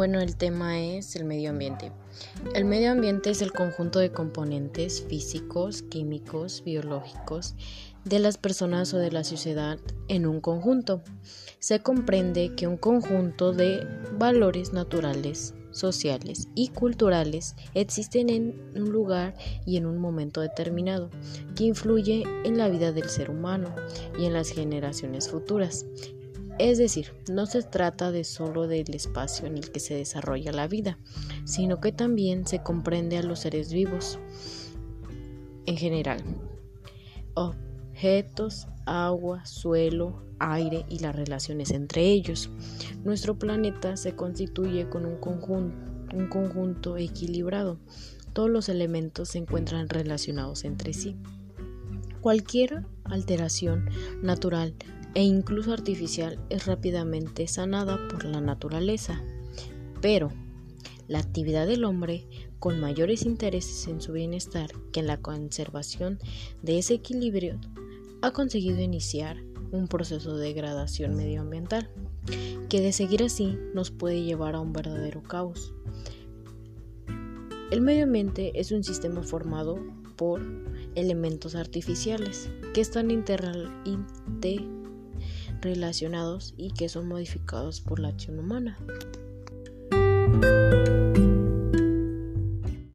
Bueno, el tema es el medio ambiente. El medio ambiente es el conjunto de componentes físicos, químicos, biológicos de las personas o de la sociedad en un conjunto. Se comprende que un conjunto de valores naturales, sociales y culturales existen en un lugar y en un momento determinado, que influye en la vida del ser humano y en las generaciones futuras. Es decir, no se trata de solo del espacio en el que se desarrolla la vida, sino que también se comprende a los seres vivos en general, objetos, agua, suelo, aire y las relaciones entre ellos. Nuestro planeta se constituye con un conjunto equilibrado. Todos los elementos se encuentran relacionados entre sí. Cualquier alteración natural e incluso artificial es rápidamente sanada por la naturaleza, pero la actividad del hombre, con mayores intereses en su bienestar que en la conservación de ese equilibrio, ha conseguido iniciar un proceso de degradación medioambiental, que de seguir así nos puede llevar a un verdadero caos. El medio ambiente es un sistema formado por elementos artificiales que están interrelacionados y que son modificados por la acción humana.